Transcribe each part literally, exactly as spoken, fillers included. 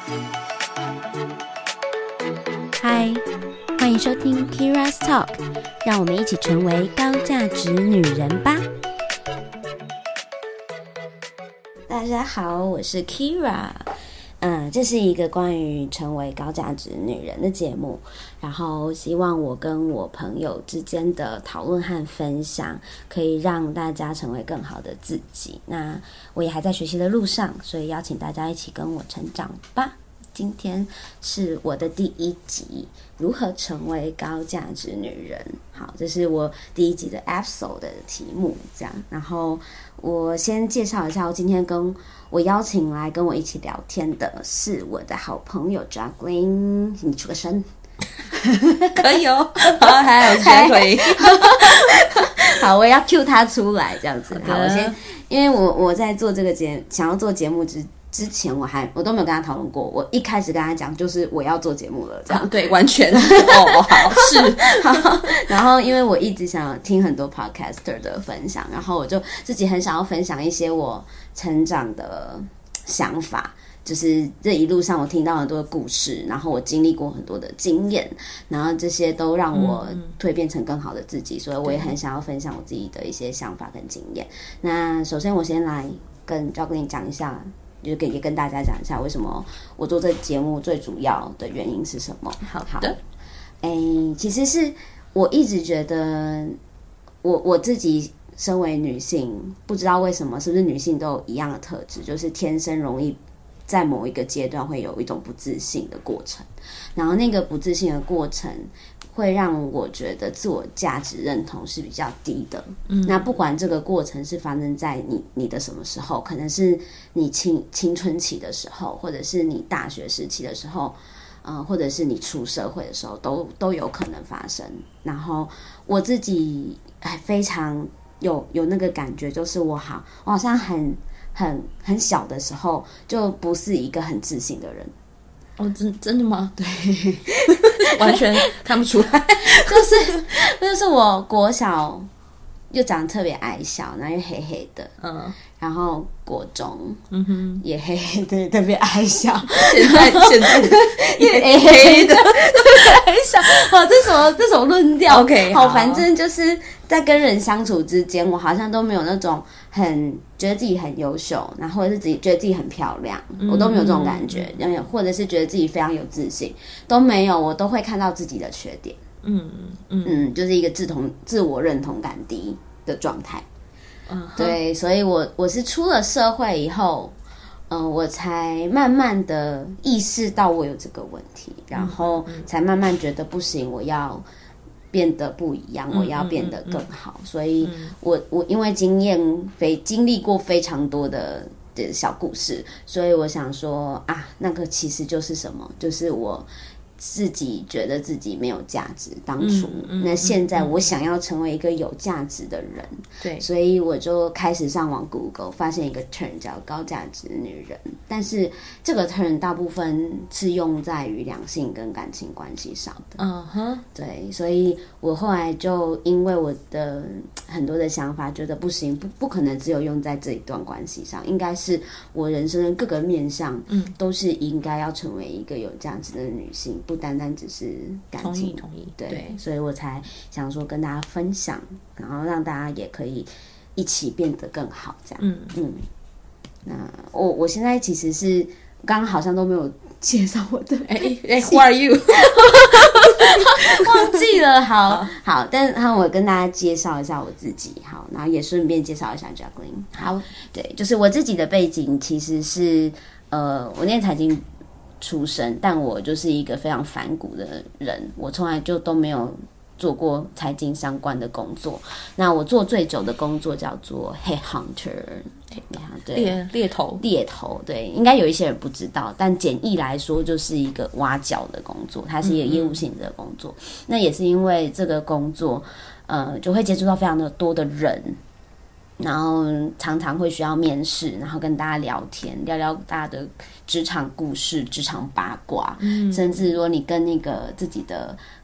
嗨，欢迎收听 Keira's Talk， 让我们一起成为高价值女人吧。大家好，我是 Keira。嗯，这是一个关于成为高价值女人的节目，然后希望我跟我朋友之间的讨论和分享可以让大家成为更好的自己。那我也还在学习的路上，所以邀请大家一起跟我成长吧。今天是我的第一集，如何成为高价值女人。好，这是我第一集的 episode 的题目，这样。然后我先介绍一下，我今天跟我邀请来跟我一起聊天的是我的好朋友 Jacqueline， 你出个声。 可以哦，好，还有现在可以。 好，我要 cue 他出来，这样子。好，我先，因为我我在做这个节，想要做节目之。之前我还我都没有跟他讨论过，我一开始跟他讲就是我要做节目了，这样、啊、 对，完全哦，好是好。然后因为我一直想听很多 podcaster 的分享，然后我就自己很想要分享一些我成长的想法，就是这一路上我听到很多的故事，然后我经历过很多的经验，然后这些都让我蜕变成更好的自己，所以我也很想要分享我自己的一些想法跟经验。那首先我先来跟 Jacqueline 讲一下。就给也跟大家讲一下为什么我做这个节目最主要的原因是什么。 好的， 哎，其实是我一直觉得我我自己身为女性，不知道为什么是不是女性都有一样的特质，就是天生容易在某一个阶段会有一种不自信的过程，然后那个不自信的过程会让我觉得自我价值认同是比较低的。嗯，那不管这个过程是发生在你你的什么时候，可能是你青青春期的时候，或者是你大学时期的时候，呃，或者是你出社会的时候，都都有可能发生。然后我自己非常有有那个感觉，就是我好，我好像很很很小的时候就不是一个很自信的人。 哦，真真的吗？对，完全看不出来。 就是就是我国小又长得特别矮小，然后又黑黑的，嗯，然后国中，嗯哼，也黑黑的，特别矮小。 现在现在也黑黑的，特别矮小。 好，这什么这什么论调 ？OK， 好，反正就是在跟人相处之间，我好像都没有那种很觉得自己很优秀，然后或者是自己觉得自己很漂亮，我都没有这种感觉，嗯、或者是觉得自己非常有自信，都没有，我都会看到自己的缺点。嗯嗯嗯，就是一个自同自我认同感低的状态。Uh-huh. 对，所以我我是出了社会以后，嗯、呃，我才慢慢的意识到我有这个问题，然后才慢慢觉得不行，我要变得不一样，我要变得更好。嗯嗯嗯、所以我我因为经验非经历过非常多的的小故事，所以我想说啊，那个其实就是什么，就是我。自己觉得自己没有价值，当初、嗯嗯、那现在我想要成为一个有价值的人，对、嗯，所以我就开始上网 Google， 发现一个 term 叫高价值女人，但是这个 term 大部分是用在于两性跟感情关系上的，嗯哼，对，所以我后来就因为我的很多的想法，觉得不行，不不可能只有用在这一段关系上，应该是我人生的各个面向，嗯，都是应该要成为一个有价值的女性。不单单只是感情， 同意同意， 对，对，所以我才想说跟大家分享，然后让大家也可以一起变得更好，这样。嗯嗯。那我我现在其实是刚刚好像都没有介绍我的， 哎哎 ，Who are you？ 忘记了，好好，好，但然后我跟大家介绍一下我自己，好，然后也顺便介绍一下 Jacqueline。好，对，就是我自己的背景其实是呃，我念财经。出身，但我就是一个非常反骨的人，我从来就都没有做过财经相关的工作。那我做最久的工作叫做 headhunter， 对， 猎猎头， 猎头，对，应该有一些人不知道，但简易来说就是一个挖角的工作，它是一个业务性质的工作。嗯嗯，那也是因为这个工作，呃，就会接触到非常的多的人。然后常常会需要面试，然后跟大家聊天，聊聊大家的职场故事、职场八卦，嗯，甚至如果你跟那个自己的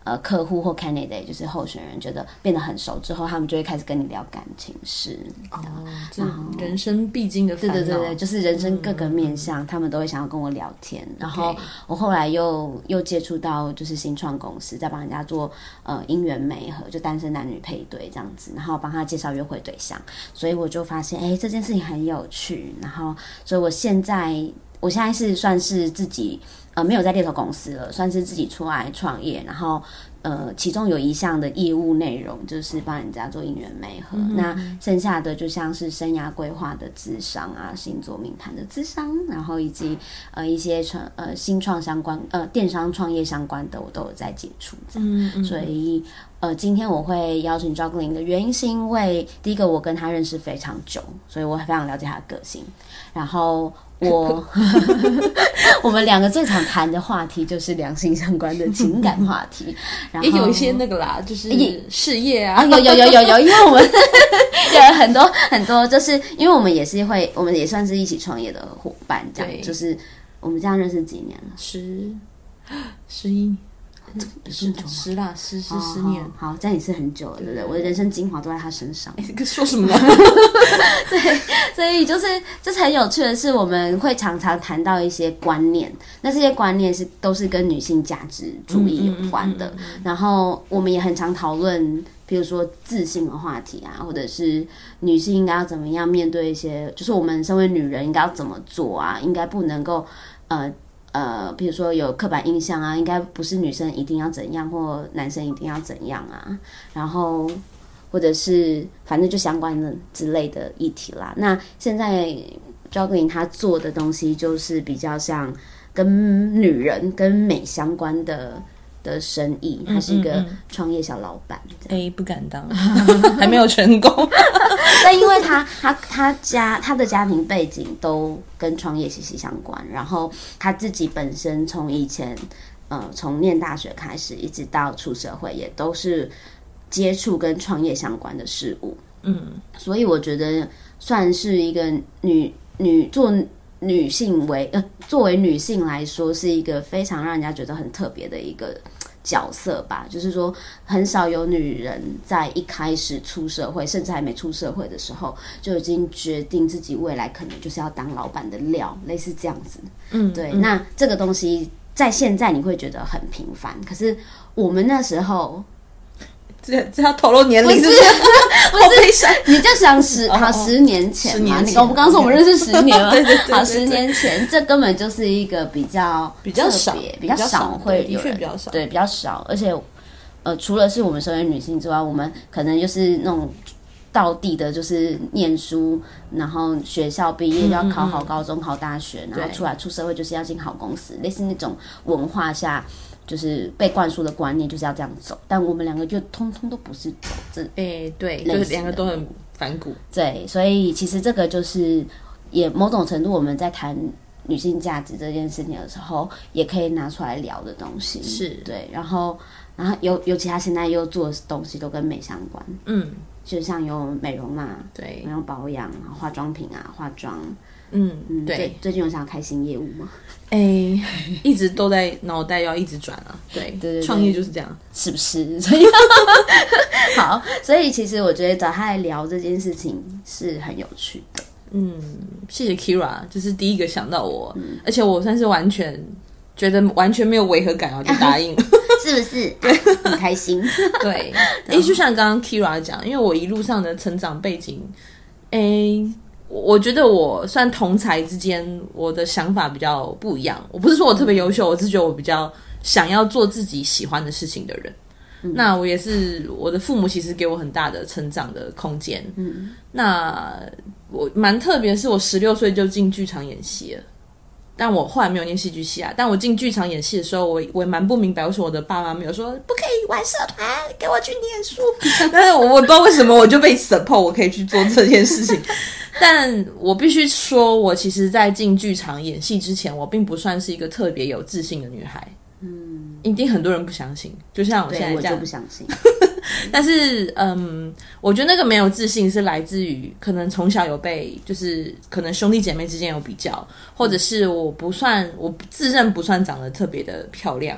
呃客户或 candidate 就是候选人觉得变得很熟之后，他们就会开始跟你聊感情事。 哦，这人生必经的烦恼。 对对对对，就是人生各个面向，嗯、他们都会想要跟我聊天。然后我后来又又接触到就是新创公司，在帮人家做呃姻缘媒合，就单身男女配对这样子，然后帮他介绍约会对象。所以我就发现，哎，这件事情很有趣。然后，所以我现在我现在是算是自己。呃，没有在猎头公司了，算是自己出来创业，然后呃，其中有一项的业务内容就是帮人家做姻缘媒合，嗯、那剩下的就像是生涯规划的咨商啊，星座命盘的咨商，然后以及呃一些创呃新创相关呃电商创业相关的，我都有在接触。嗯嗯，所以呃，今天我会邀请 Jocelyn 的原因是因为第一个我跟他认识非常久，所以我非常了解他的个性，然后。我我们两个最常谈的话题就是两性相关的情感话题，然后也有一些那个啦，就是事业啊， 啊有有有有有，因为我们有很多很多，就是因为我们也是会，我们也算是一起创业的伙伴，这样就是我们这样认识几年了， 十十一年。是十啦，十十十年， 好，好这样也是很久了，对不对？我的人生精华都在他身上。 欸、说什么呢？ 对，所以就是就是很有趣的是，我们会常常谈到一些观念，那这些观念是都是跟女性价值主义有关的。嗯嗯嗯嗯、然后我们也很常讨论，比如说自信的话题啊，或者是女性应该要怎么样面对一些，就是我们身为女人应该要怎么做啊？应该不能够呃。呃，比如说有刻板印象啊，应该不是女生一定要怎样，或男生一定要怎样啊，然后或者是反正就相关的之类的议题啦。那现在 Jocelyn 她做的东西就是比较像跟女人跟美相关的的生意，她是一个创业小老板。 哎、欸，不敢当，还没有成功。 但因为他他他家他的家庭背景都跟创业息息相关，然后他自己本身从以前呃从念大学开始，一直到出社会，也都是接触跟创业相关的事物。嗯，所以我觉得算是一个女女做女性为呃作为女性来说，是一个非常让人家觉得很特别的一个角色吧，就是说很少有女人在一开始出社会，甚至还没出社会的时候，就已经决定自己未来可能就是要当老板的料，类似这样子。嗯，对。嗯、那这个东西在现在你会觉得很平凡，可是我们那时候。 这这要透露年龄是不是？ 不是，你就想十好十年前嘛？你我们刚说我们认识十年了， 对对对， 好十年前，这根本就是一个比较比较少、 比较少会有人， 的确比较少， 对，比较少。而且，呃，除了是我们身为女性之外，我们可能就是那种道地的，就是念书，然后学校毕业就要考好高中、考大学，然后出来出社会就是要进好公司，类似那种文化下。就是被灌输的观念就是要这样走，但我们两个就通通都不是走这， 哎、欸，对，就是两个都很反骨。 对，所以其实这个就是也某种程度我们在谈女性价值这件事情的时候，也可以拿出来聊的东西。 是对，然后然后尤尤其他现在又做的东西都跟美相关，嗯，就像有美容嘛， 对， 美容保养、化妆品啊、化妆。 嗯嗯，对， 最近有想要开新业务吗？ 哎、欸，一直都在脑袋要一直转啊。对对对， 创业就是这样， 是不是？所以好，所以其实我觉得找他来聊这件事情是很有趣的。 嗯，谢谢 Kira， 就是第一个想到我，嗯、而且我算是完全觉得完全没有违和感，然后就答应了， 是不是？对，很开心。 对，哎、欸，就像刚刚 Kira 讲，因为我一路上的成长背景，哎、欸。我觉得我算同才之间，我的想法比较不一样。我不是说我特别优秀，我是觉得我比较想要做自己喜欢的事情的人。嗯、那我也是，我的父母其实给我很大的成长的空间。嗯，那我蛮特别的是，我十六岁就进剧场演戏了。但我后来没有念戏剧系啊。但我进剧场演戏的时候，我我也蛮不明白为什么我的爸妈没有说不可以玩社团，给我去念书。但是我我不知道为什么我就被 support， 我可以去做这件事情。但我必须说，我其实在进剧场演戏之前，我并不算是一个特别有自信的女孩。嗯，一定很多人不相信，就像我现在这样， 我就不相信。 但是，嗯，我觉得那个没有自信是来自于可能从小有被，就是可能兄弟姐妹之间有比较，或者是我不算，我自认不算长得特别的漂亮。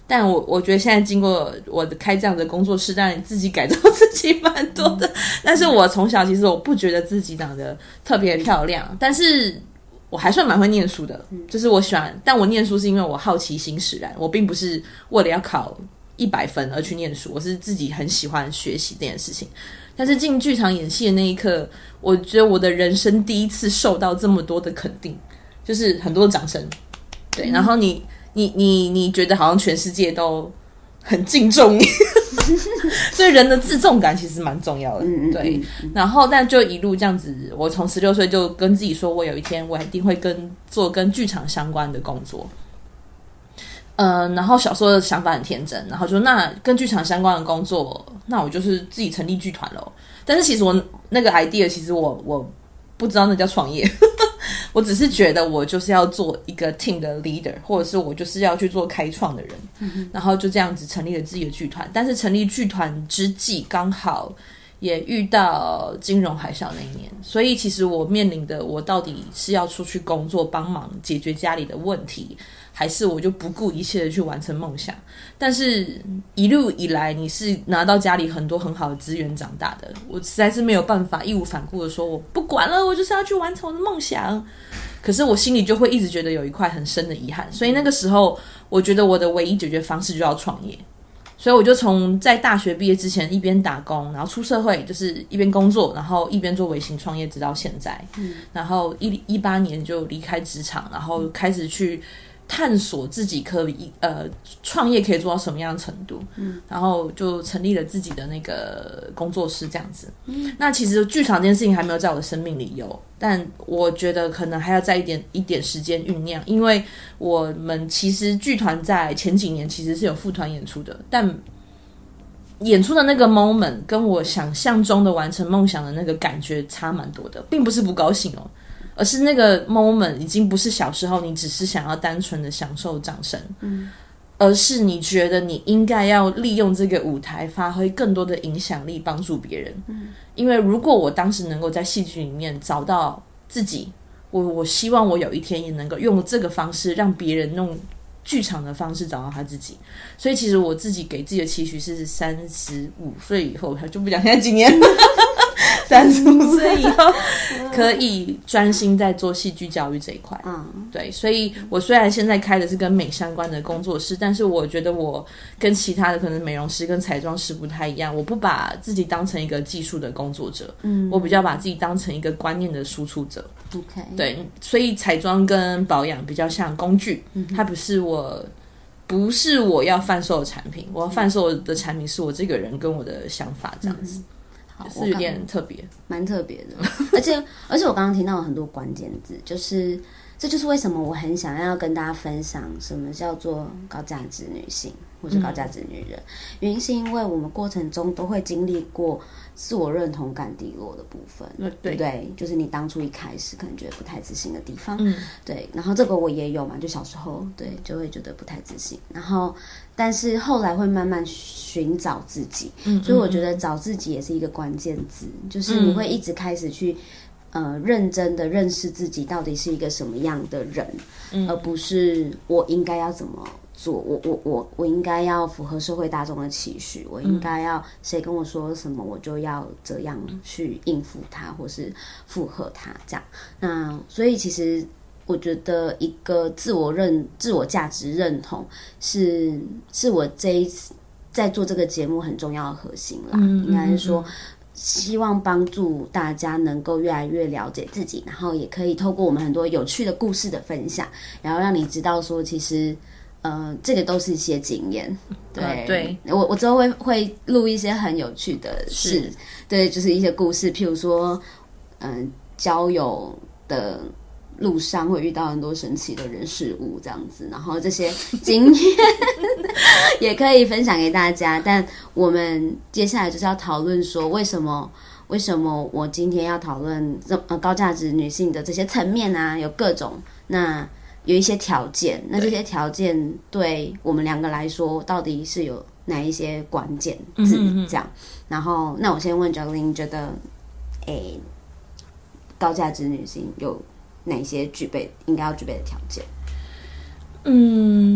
但我我觉得现在经过我开这样的工作室，当然自己改造自己蛮多的。嗯、但是我从小其实我不觉得自己长得特别漂亮，但是我还算蛮会念书的，嗯、就是我喜欢。但我念书是因为我好奇心使然，我并不是为了要考一百分而去念书，我是自己很喜欢学习这件事情。但是进剧场演戏的那一刻，我觉得我的人生第一次受到这么多的肯定，就是很多的掌声，对，嗯、然后你。你你你觉得好像全世界都很敬重你，所以人的自重感其实蛮重要的，嗯、对。嗯、然后但就一路这样子，我从十六岁就跟自己说，我有一天我一定会跟做跟剧场相关的工作。嗯，然后小时候的想法很天真，然后说那跟剧场相关的工作，那我就是自己成立剧团咯。但是其实我那个 idea， 其实我我不知道那叫创业。我只是觉得我就是要做一个 team 的 leader， 或者是我就是要去做开创的人，嗯、然后就这样子成立了自己的剧团。但是成立剧团之际，刚好也遇到金融海啸那一年，所以其实我面临的，我到底是要出去工作帮忙解决家里的问题，还是我就不顾一切的去完成梦想。但是一路以来你是拿到家里很多很好的资源长大的，我实在是没有办法义无反顾的说我不管了，我就是要去完成我的梦想。可是我心里就会一直觉得有一块很深的遗憾，所以那个时候我觉得我的唯一解决方式就要创业。所以我就从在大学毕业之前一边打工，然后出社会就是一边工作，然后一边做微型创业，直到现在。嗯、然后一一八年就离开职场，然后开始去探索自己可以呃创业可以做到什么样的程度。嗯、然后就成立了自己的那个工作室这样子。嗯、那其实剧场这件事情还没有在我的生命里有，但我觉得可能还要再一点一点时间酝酿，因为我们其实剧团在前几年其实是有副团演出的，但演出的那个 moment 跟我想象中的完成梦想的那个感觉差蛮多的，并不是不高兴哦，而是那个 moment 已经不是小时候你只是想要单纯的享受掌声，嗯，而是你觉得你应该要利用这个舞台发挥更多的影响力，帮助别人。嗯，因为如果我当时能够在戏剧里面找到自己，我我希望我有一天也能够用这个方式让别人用剧场的方式找到他自己。所以其实我自己给自己的期许是三十五岁以后，就不讲现在几年三十五岁以后可以专心在做戏剧教育这一块。嗯，对，所以我虽然现在开的是跟美相关的工作室，但是我觉得我跟其他的可能美容师跟彩妆师不太一样，我不把自己当成一个技术的工作者，嗯，我比较把自己当成一个观念的输出者。 OK， 对，所以彩妆跟保养比较像工具，嗯、它不是我。不是我要贩售的产品，我要贩售的产品是我这个人跟我的想法，这样子，嗯、就是有点特别， 蛮特别的。而且而且我刚刚听到了很多关键字，就是这就是为什么我很想要跟大家分享什么叫做高价值女性或是高价值女人，嗯、原因是因为我们过程中都会经历过自我认同感低落的部分，嗯、对不对？就是你当初一开始可能觉得不太自信的地方，嗯，对。然后这个我也有嘛，就小时候对就会觉得不太自信，然后但是后来会慢慢寻找自己，嗯，所以我觉得找自己也是一个关键字，就是你会一直开始去。呃，认真的认识自己到底是一个什么样的人，嗯、而不是我应该要怎么做，我我我我应该要符合社会大众的期许，我应该要谁跟我说什么，我就要这样去应付他，或是附和他这样。那所以其实我觉得一个自我认、自我价值认同是是我这一次在做这个节目很重要的核心啦，嗯、应该是说。希望帮助大家能够越来越了解自己，然后也可以透过我们很多有趣的故事的分享，然后让你知道说，其实，呃，这个都是一些经验。对，呃、对我我之后会会录一些很有趣的事，对，就是一些故事，譬如说，嗯、呃，交友的。路上会遇到很多神奇的人事物这样子，然后这些经验也可以分享给大家。但我们接下来就是要讨论说，为什么为什么我今天要讨论呃高价值女性的这些层面啊，有各种，那有一些条件，那这些条件对我们两个来说，到底是有哪一些关键字这样？嗯、然后，那我先问 Jacqueline， 觉得，诶，高价值女性有哪些具备应该要具备的条件？ 嗯，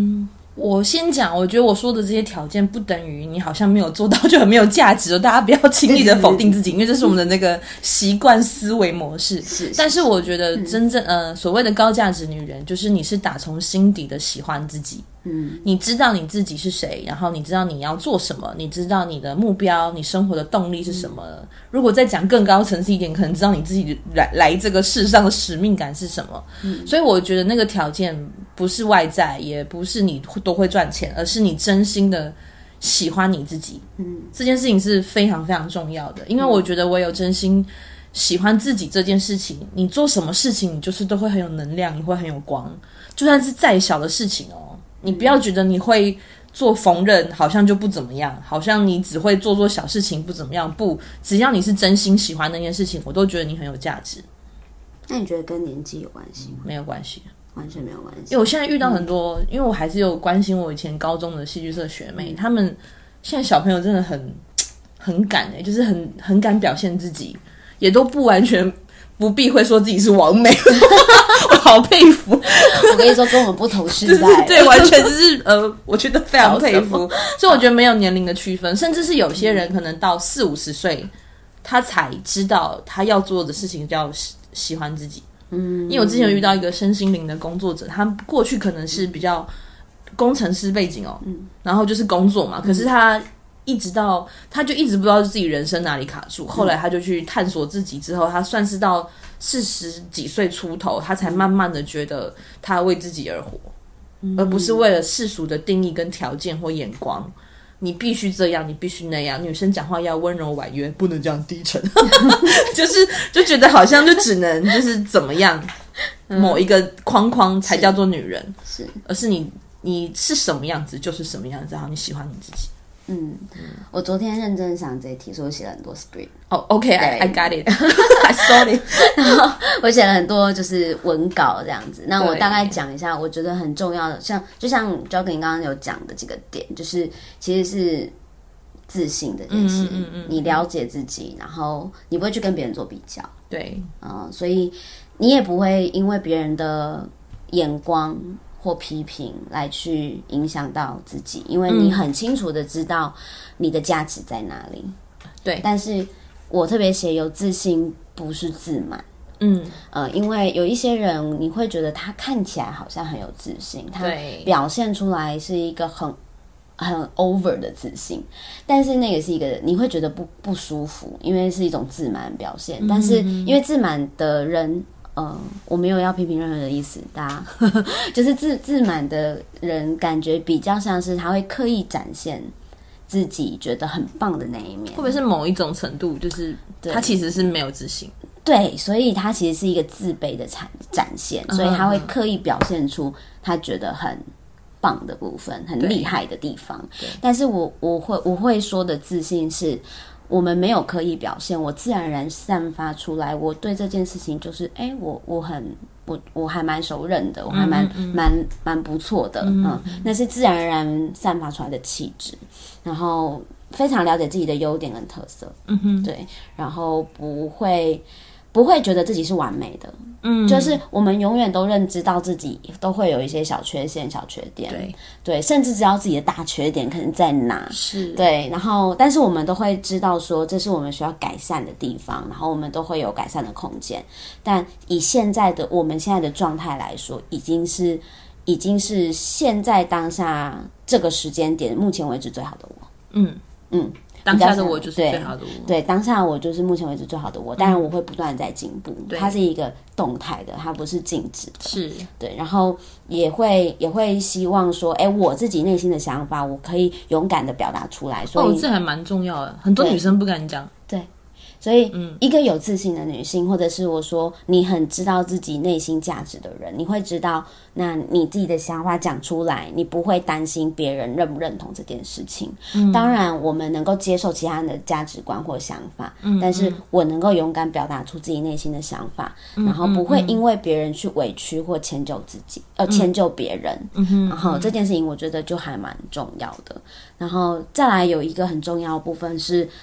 我先讲，我觉得我说的这些条件不等于你好像没有做到就很没有价值，大家不要轻易的否定自己，因为这是我们的那个习惯思维模式。 是， 但是我觉得真正、嗯、呃所谓的高价值女人，就是你是打从心底的喜欢自己。嗯，你知道你自己是谁，然后你知道你要做什么，你知道你的目标，你生活的动力是什么。嗯、如果再讲更高层次一点，可能知道你自己来来这个世上的使命感是什么。嗯，所以我觉得那个条件不是外在，也不是你多会赚钱，而是你真心的喜欢你自己。嗯，这件事情是非常非常重要的，因为我觉得我有真心喜欢自己这件事情，你做什么事情，你就是都会很有能量，你会很有光，就算是再小的事情哦。你不要觉得你会做缝纫好像就不怎么样，好像你只会做做小事情不怎么样，不，只要你是真心喜欢那件事情，我都觉得你很有价值。 那你觉得跟年纪有关系吗？ 没有关系， 完全没有关系。 因为我现在遇到很多、嗯、因为我还是有关心我以前高中的戏剧社学妹、嗯、他们现在小朋友真的很很敢、欸、就是很很敢表现自己，也都不完全不避讳说自己是完美我好佩服我跟你说跟我们不同时代对, 对完全就是呃，我觉得非常佩服所以我觉得没有年龄的区分，甚至是有些人可能到四五十岁他才知道他要做的事情叫喜欢自己。嗯，因为我之前有遇到一个身心灵的工作者，他过去可能是比较工程师背景哦，嗯，然后就是工作嘛，可是他一直到他就一直不知道自己人生哪里卡住，后来他就去探索自己之后，他算是到四十几岁出头，他才慢慢的觉得他为自己而活、嗯、而不是为了世俗的定义跟条件或眼光，你必须这样，你必须那样，女生讲话要温柔婉约，不能这样低沉就是就觉得好像就只能就是怎么样、嗯、某一个框框才叫做女人，是，而是你你是什么样子就是什么样子，然后你喜欢你自己。 嗯，我昨天认真想这一题，所以我写了很多 script。 哦、oh, ，OK， I, I got it ，I saw it 。 然后我写了很多就是文稿这样子。那我大概讲一下，我觉得很重要的，像就像 Jogging 刚刚有讲的几个点，就是其实是自信这件事。嗯嗯嗯，你了解自己，然后你不会去跟别人做比较。对，嗯、呃，所以你也不会因为别人的眼光或批评来去影响到自己，因为你很清楚的知道你的价值在哪里。对，但是我特别写有自信不是自满。嗯，呃，因为有一些人你会觉得他看起来好像很有自信，他表现出来是一个很很 over 的自信，但是那也是一个你会觉得不不舒服，因为是一种自满表现、嗯、但是因为自满的人呃，我没有要批评任何的意思，大家就是自自满的人，感觉比较像是他会刻意展现自己觉得很棒的那一面，会不会是某一种程度，就是他其实是没有自信？ 对，所以他其实是一个自卑的展展现，所以他会刻意表现出他觉得很棒的部分，很厉害的地方。但是我我会我会说的自信是，我们没有刻意表现，我自然而然散发出来。我对这件事情就是，哎，我我很我我还蛮熟认的，我还蛮蛮蛮不错的，嗯，嗯那是自然而然散发出来的气质，然后非常了解自己的优点跟特色，嗯哼，对，然后不会不会觉得自己是完美的，嗯，就是我们永远都认知到自己都会有一些小缺陷、小缺点，对对，甚至知道自己的大缺点可能在哪，是对，然后但是我们都会知道说这是我们需要改善的地方，然后我们都会有改善的空间。但以现在的我们现在的状态来说，已经是已经是现在当下这个时间点，目前为止最好的我，嗯嗯。 当下的我就是最好的我， 对，对，当下我就是目前为止最好的我。当然，我会不断在进步，它是一个动态的，它不是静止的，是对。然后也会也会希望说，哎，我自己内心的想法，我可以勇敢的表达出来。所以哦，这还蛮重要的，很多女生不敢讲。 对。所以一个有自信的女性，或者是我说你很知道自己内心价值的人，你会知道那你自己的想法讲出来，你不会担心别人认不认同这件事情、嗯、当然我们能够接受其他人的价值观或想法、嗯、但是我能够勇敢表达出自己内心的想法、嗯、然后不会因为别人去委屈或迁就自己、嗯、呃迁就别人、嗯、然后这件事情我觉得就还蛮重要的。然后再来有一个很重要的部分是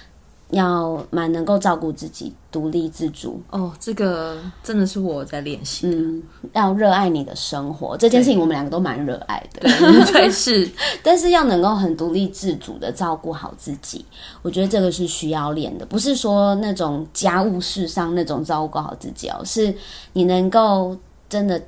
要蛮能够照顾自己，独立自主。 哦，这个真的是我在练习的。 嗯，要热爱你的生活，这件事情我们两个都蛮热爱的。 对，对是， 但是要能够很独立自主的照顾好自己，我觉得这个是需要练的，不是说那种家务事上那种照顾好自己哦，是你能够真的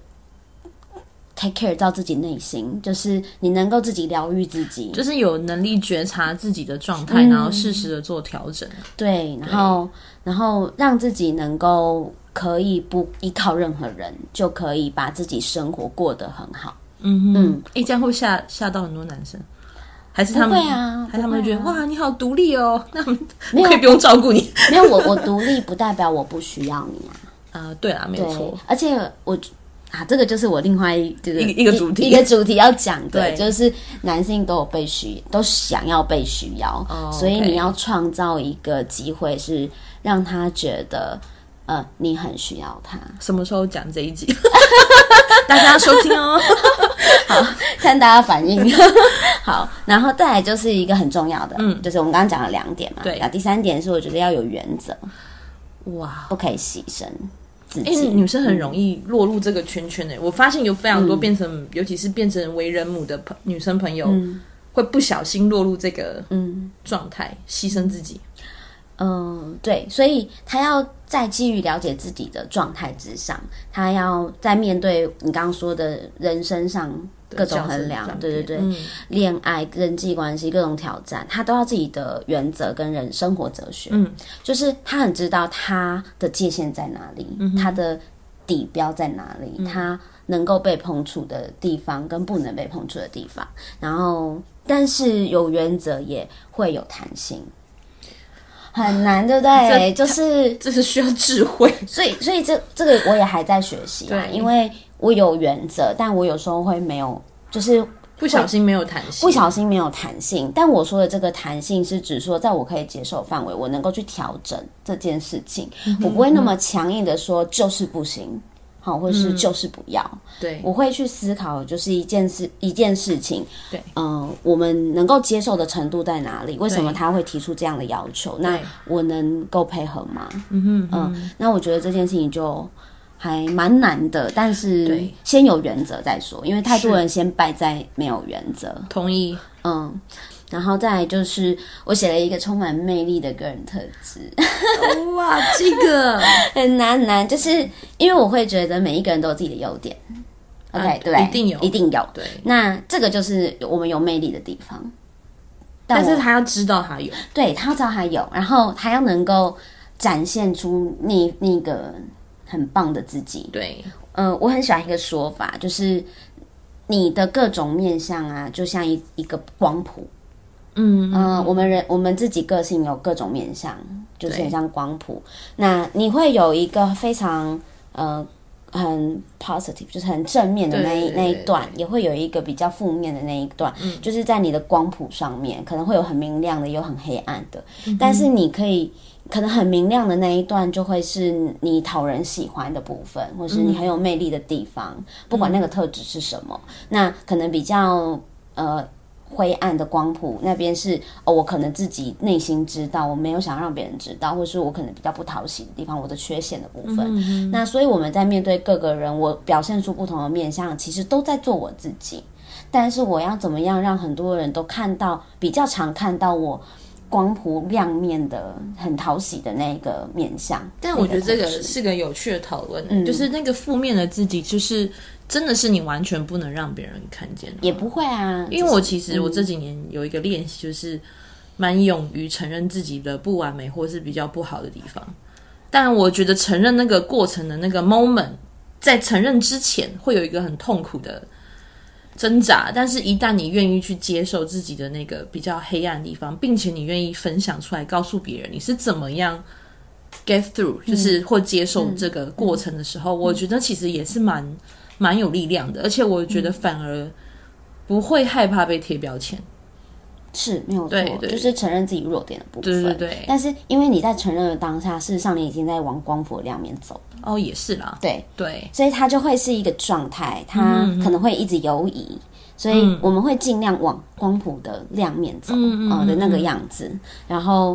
take care 到自己内心，就是你能够自己疗愈自己， 就是有能力觉察自己的状态、嗯，然后适时的做调整。 对，然后然后让自己能够可以不依靠任何人，就可以把自己生活过得很好。 嗯嗯，哎、欸，这样会吓吓到很多男生，还是他们不会啊？ 还是他们会觉得、啊、哇，你好独立哦，那我没有可以不用照顾你。 没有，我我独立不代表我不需要你啊。 啊、呃，对啦，没有错。而且我。啊，这个就是我另外就是一个一个主题， 一个主题要讲的，就是男性都有被需，都想要被需要， oh, 所以你要创造一个机会，是让他觉得，呃，你很需要他。 什么时候讲这一集？大家收听哦。 好，看大家反应。好，然后再来就是一个很重要的，嗯，就是我们刚刚讲了两点嘛，对，然后第三点是我觉得要有原则，哇，不可以牺牲。 哎、欸，女生很容易落入这个圈圈诶、欸。我发现有非常多变成，嗯、尤其是变成为人母的女生朋友，嗯、会不小心落入这个状态，牺牲自己。 嗯，对，所以她要在基于了解自己的状态之上，她要在面对你刚刚说的人生上各种衡量，对对对，嗯、恋爱、人际关系各种挑战，她都要自己的原则跟人生活哲学。嗯，就是她很知道她的界限在哪里，嗯、她的底标在哪里，嗯、她能够被碰触的地方跟不能被碰触的地方。然后，但是有原则也会有弹性。很难，对不对？就是这是需要智慧， 所以所以这这个我也还在学习啊，因为我有原则，但我有时候会没有，就是不小心没有弹性， 不小心没有弹性。但我说的这个弹性是指说，在我可以接受范围，我能够去调整这件事情，嗯、我不会那么强硬的说就是不行。好，或是就是不要、嗯。对，我会去思考，就是一件事一件事情，对，嗯、呃，我们能够接受的程度在哪里？为什么他会提出这样的要求？那我能够配合吗？嗯哼嗯、呃，那我觉得这件事情就还蛮难的，但是先有原则再说，因为太多人先败在没有原则。 同意， 嗯。然后再来就是我写了一个充满魅力的个人特质。 哇，这个很难很难，就是因为我会觉得每一个人都有自己的优点。OK，、啊、对不对？ 一定有， 一定有。 对， 那这个就是我们有魅力的地方。 但, 但是他要知道他有， 对，他要知道他有，然后他要能够展现出那那个很棒的自己。 对， 呃，我很喜欢一个说法，就是你的各种面向啊，就像一一个光谱。嗯嗯、呃，我们人我们自己个性有各种面向，就是很像光谱。那你会有一个非常呃很 positive， 就是很正面的那一那一段，也会有一个比较负面的那一段，嗯、就是在你的光谱上面，可能会有很明亮的，也有很黑暗的。嗯、但是你可以，可能很明亮的那一段，就会是你讨人喜欢的部分，或是你很有魅力的地方，嗯、不管那个特质是什么。那可能比较呃。灰暗的光谱那边是哦，我可能自己内心知道，我没有想让别人知道，或是我可能比较不讨喜的地方，我的缺陷的部分。嗯、那所以我们在面对各个人，我表现出不同的面向，其实都在做我自己。但是我要怎么样让很多人都看到，比较常看到我光谱亮面的、很讨喜的那个面向？ 但我觉得这个是个有趣的讨论，嗯、就是那个负面的自己，就是真的是你完全不能让别人看见的。 也不会啊， 因为我其实我这几年有一个练习，就是蛮勇于承认自己的不完美或是比较不好的地方。但我觉得承认那个过程的那个 moment， 在承认之前会有一个很痛苦的挣扎，但是一旦你愿意去接受自己的那个比较黑暗的地方，并且你愿意分享出来告诉别人你是怎么样 get through， 就是或接受这个过程的时候，嗯、我觉得其实也是蛮蛮有力量的，而且我觉得反而不会害怕被贴标签。 是没有错， 对对， 就是承认自己弱点的部分。 对对对。但是因为你在承认的当下，事实上你已经在往光谱的亮面走。 哦，也是啦。 对对， 所以它就会是一个状态，它可能会一直游移，嗯、所以我们会尽量往光谱的亮面走，嗯嗯、呃、的那个样子。然后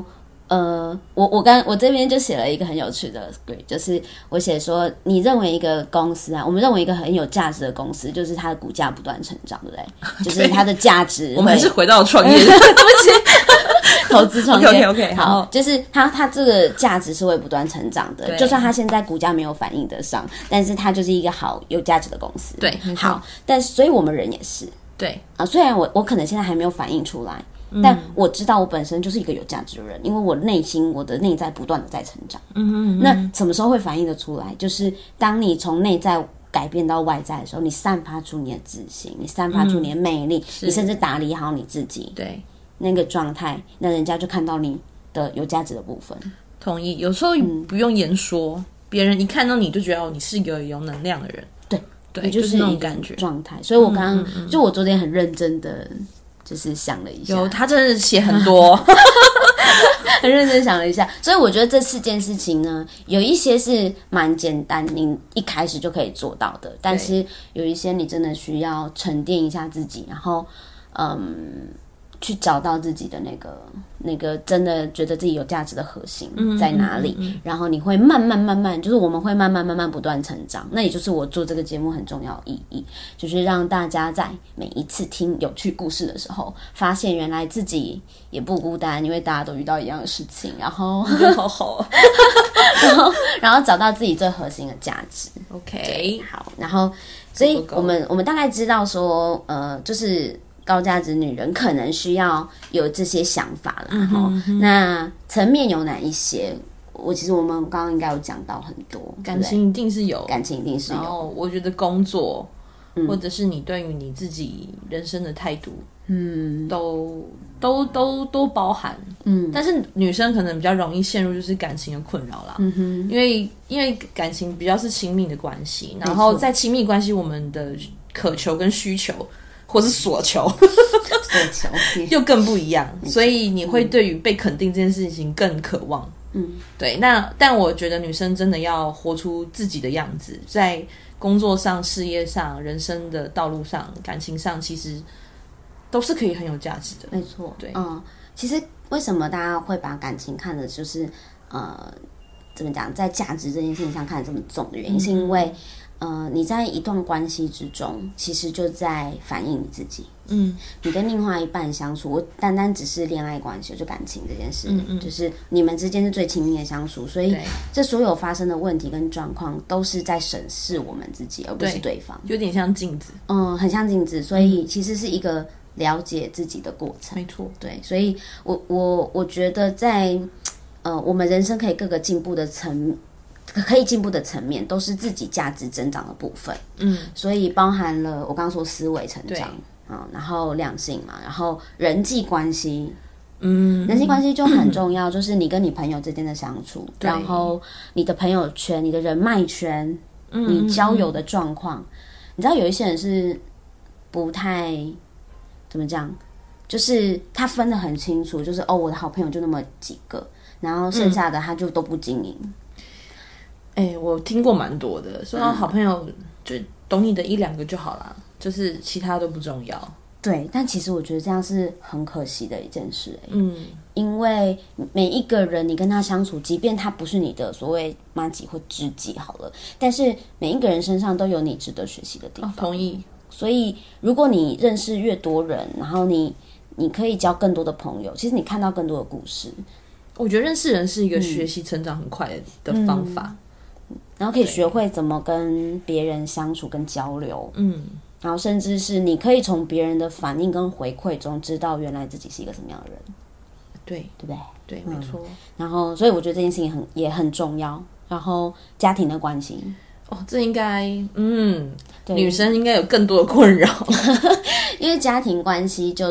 呃，我我刚我这边就写了一个很有趣的 script， 就是我写说，你认为一个公司啊，我们认为一个很有价值的公司，就是它的股价不断成长，对不对？就是它的价值。 我们还是回到创业，对不起， 投资创业。 OK OK OK， 好， 就是它它这个价值是会不断成长的，就算它现在股价没有反映得上，但是它就是一个好有价值的公司。 对， 好，但所以我们人也是， 对啊，虽然我我可能现在还没有反映出来。但我知道我本身就是一个有价值的人，因为我内心我的内在不断的在成长。 嗯哼嗯哼， 那什么时候会反映得出来？就是当你从内在改变到外在的时候，你散发出你的自信，你散发出你的魅力，嗯、你甚至打理好你自己， 对那个状态，那人家就看到你的有价值的部分。 同意，有时候不用言说，别、嗯、人一看到你就觉得你是一个有能量的人。 对对， 就是那种感觉状态。所以我刚刚、 嗯嗯嗯、 就我昨天很认真的。就是想了一下， 有他真的写很多， 很认真想了一下，所以我觉得这四件事情呢，有一些是蛮简单，你一开始就可以做到的，但是有一些你真的需要沉淀一下自己，然后嗯，去找到自己的那个那个真的觉得自己有价值的核心在哪里，嗯嗯嗯嗯然后你会慢慢慢慢，就是我们会慢慢慢慢不断成长，那也就是我做这个节目很重要的意义，就是让大家在每一次听有趣故事的时候，发现原来自己也不孤单，因为大家都遇到一样的事情，然后好好， 然后然后找到自己最核心的价值。 OK， 好，然后所以我们我们大概知道说，呃，就是高价值女人可能需要有这些想法啦。嗯哼嗯哼那层面有哪一些？我其实我们刚刚应该有讲到很多， 感情一定是有， 感情一定是有。 然后我觉得工作，嗯、或者是你对于你自己人生的态度，嗯，都都都都包含。嗯，但是女生可能比较容易陷入就是感情的困扰啦。嗯哼，因为因为感情比较是亲密的关系，然后在亲密关系，我们的渴求跟需求。或是所求， 所求又更不一样，所以你会对于被肯定这件事情更渴望。嗯，对。那但我觉得女生真的要活出自己的样子，在工作上、事业上、人生的道路上、感情上，其实都是可以很有价值的。 没错， 对， 嗯，其实为什么大家会把感情看的就是呃，怎么讲，在价值这件事情上看得这么重的原因，嗯、是因为。呃，你在一段关系之中，其实就在反映你自己。嗯，你跟另外一半相处，我单单只是恋爱关系，就感情这件事，嗯嗯就是你们之间是最亲密的相处，所以这所有发生的问题跟状况，都是在审视我们自己，而不是对方。 有点像镜子， 嗯，很像镜子，所以其实是一个了解自己的过程。 没错， 对，所以我我我觉得在呃，我们人生可以各个进步的层。可以进步的层面都是自己价值增长的部分，嗯，所以包含了我刚刚说思维成长啊、嗯，然后两性嘛，然后人际关系，嗯，人际关系就很重要，嗯、就是你跟你朋友之间的相处，然后你的朋友圈、你的人脉圈，嗯、你交友的状况，嗯、你知道有一些人是不太怎么讲，就是他分得很清楚，就是哦，我的好朋友就那么几个，然后剩下的他就都不经营。嗯哎、欸，我听过蛮多的，说到好朋友就懂你的一两个就好啦，就是其他都不重要。 对，但其实我觉得这样是很可惜的一件事、欸。嗯，因为每一个人你跟他相处，即便他不是你的所谓麻吉或知己好了，但是每一个人身上都有你值得学习的地方。 哦，同意。 所以如果你认识越多人，然后你你可以交更多的朋友，其实你看到更多的故事。 我觉得认识人是一个学习成长很快的方法。嗯然后可以学会怎么跟别人相处跟交流，嗯，然后甚至是你可以从别人的反应跟回馈中知道原来自己是一个什么样的人， 对， 对不对？ 对，没错、嗯。 然后，所以我觉得这件事情很也很重要。然后家庭的关系， 哦，这应该，嗯，女生应该有更多的困扰， 因为家庭关系就是，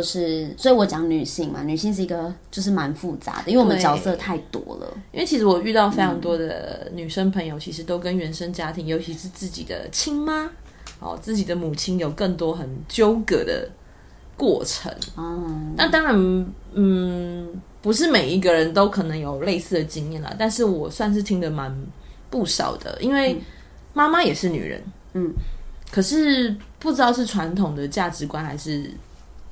所以我讲女性嘛，女性是一个就是蛮复杂的，因为我们角色太多了。 因为其实我遇到非常多的女生朋友，嗯、其实都跟原生家庭，尤其是自己的亲妈，哦，自己的母亲有更多很纠葛的过程。嗯，那当然，嗯，不是每一个人都可能有类似的经验啦，但是我算是听得蛮不少的，因为。嗯妈妈也是女人，嗯，可是不知道是传统的价值观还是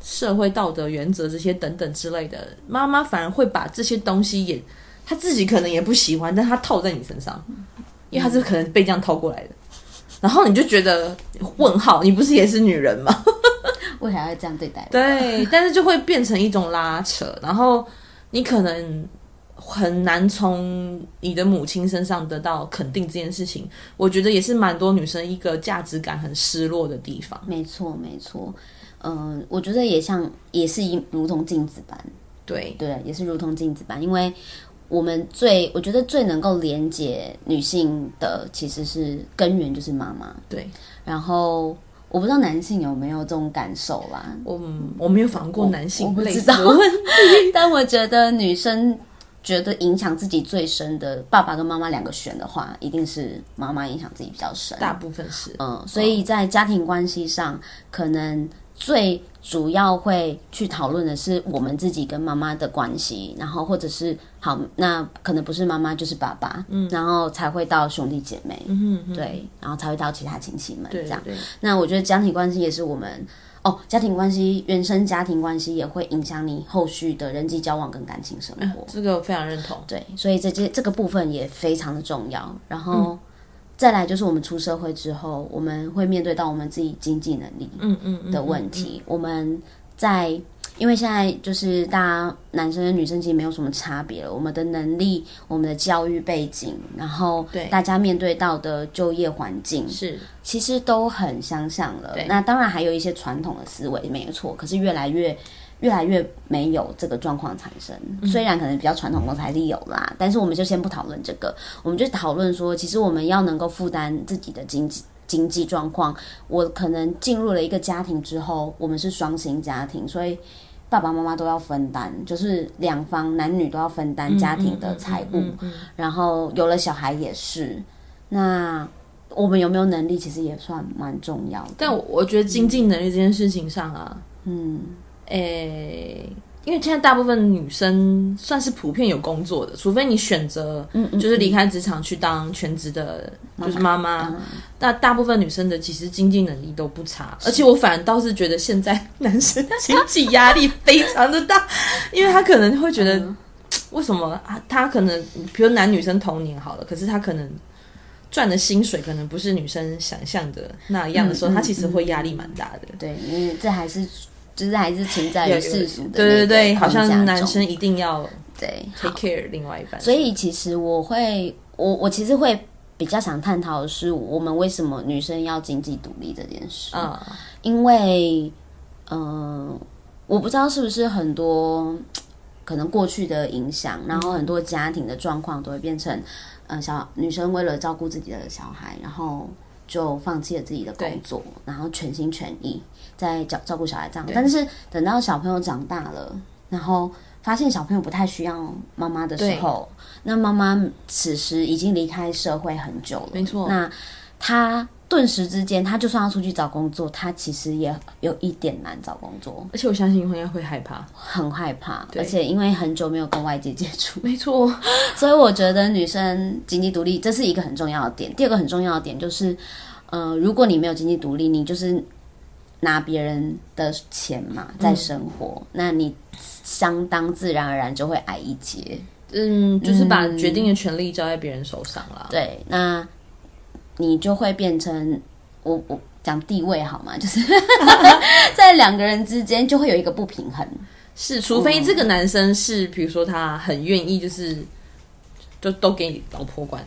社会道德原则这些等等之类的，妈妈反而会把这些东西也她自己可能也不喜欢，但她套在你身上，因为她是可能被这样套过来的，然后你就觉得问号，你不是也是女人吗？ 为啥要这样对待我？ 对，但是就会变成一种拉扯，然后你可能很难从你的母亲身上得到肯定，这件事情我觉得也是蛮多女生一个价值感很失落的地方。 没错没错，嗯、呃，我觉得也像也是一如同镜子般， 对对，也是如同镜子般，因为我们最我觉得最能够连接女性的其实是根源就是妈妈， 对， 然后我不知道男性有没有这种感受啦， 我我没有访过男性类似的我问题， 但我觉得女生觉得影响自己最深的，爸爸跟妈妈两个选的话，一定是妈妈影响自己比较深， 大部分是， 嗯，所以在家庭关系上，可能最主要会去讨论的是我们自己跟妈妈的关系，然后或者是好，那可能不是妈妈就是爸爸，嗯，然后才会到兄弟姐妹， 嗯哼哼， 对，然后才会到其他亲戚们这样。 对对， 那我觉得家庭关系也是我们。哦，家庭关系，原生家庭关系也会影响你后续的人际交往跟感情生活。 嗯、这个我非常认同。 对，所以这些这个部分也非常的重要。然后、嗯、再来就是我们出社会之后，我们会面对到我们自己经济能力的问题。嗯嗯嗯嗯嗯、我们在因为现在就是大家男生跟女生其实没有什么差别了，我们的能力、我们的教育背景，然后大家面对到的就业环境是其实都很相像了。那当然还有一些传统的思维没有错，可是越来越越来越没有这个状况产生。嗯、虽然可能比较传统公司还是有啦，但是我们就先不讨论这个，我们就讨论说，其实我们要能够负担自己的经济。经济状况，我可能进入了一个家庭之后，我们是双薪家庭，所以爸爸妈妈都要分担，就是两方男女都要分担家庭的财务，然后有了小孩也是。那我们有没有能力，其实也算蛮重要的。 但我我觉得经济能力这件事情上啊， 嗯， 诶。因为现在大部分女生算是普遍有工作的，除非你选择就是离开职场去当全职的，就是妈妈。那大部分女生的其实经济能力都不差，而且我反而倒是觉得现在男生经济压力非常的大，因为他可能会觉得、嗯、为什么他可能比如男女生同年好了，可是他可能赚的薪水可能不是女生想象的那样的时候，嗯嗯、他其实会压力蛮大的。 对，因为这还是。就是还是存在于世俗的对对对，好像男生一定要对 take care 另外一半。 所以其实我会，我我其实会比较想探讨的是，我们为什么女生要经济独立这件事。嗯，因为嗯、呃，我不知道是不是很多可能过去的影响，然后很多家庭的状况都会变成，嗯、呃，小女生为了照顾自己的小孩，然后就放弃了自己的工作，然后全心全意在照照顾小孩这样。但是等到小朋友长大了，然后发现小朋友不太需要妈妈的时候，那妈妈此时已经离开社会很久了， 没错。 那他顿时之间，他就算要出去找工作，他其实也有一点难找工作。 而且我相信应该会害怕， 很害怕。而且因为很久没有跟外界接触， 没错。 所以我觉得女生经济独立，这是一个很重要的点。第二个很重要的点就是，呃，如果你没有经济独立，你就是拿别人的钱嘛在生活，嗯、那你相当自然而然就会矮一截。 嗯，就是把决定的权利交在别人手上啦。 对，那你就会变成我我讲地位好吗？就是在两个人之间就会有一个不平衡。 是，除非这个男生是，比如说他很愿意，就是就都给你老婆管。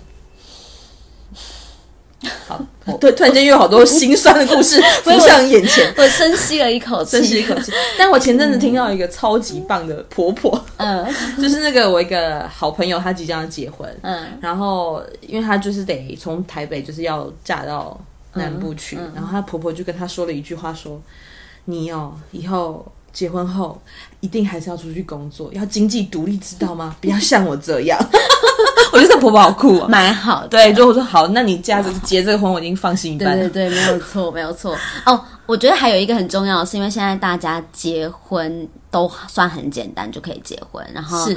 好，对，突然间又有好多心酸的故事浮上眼前。 我深吸了一口气， 深吸一口气。但我前阵子听到一个超级棒的婆婆，嗯，就是那个我一个好朋友，她即将要结婚，嗯，然后因为她就是得从台北就是要嫁到南部去，嗯嗯、然后她婆婆就跟她说了一句话说：“你哦，以后结婚后一定还是要出去工作，要经济独立，知道吗？不要像我这样。”我觉得这婆婆好酷啊， 蛮好的。 对，就我说好，那你嫁这结这个婚，我已经放心一半了。对对对，没有错，没有错。哦，我觉得还有一个很重要的是，因为现在大家结婚都算很简单就可以结婚，然后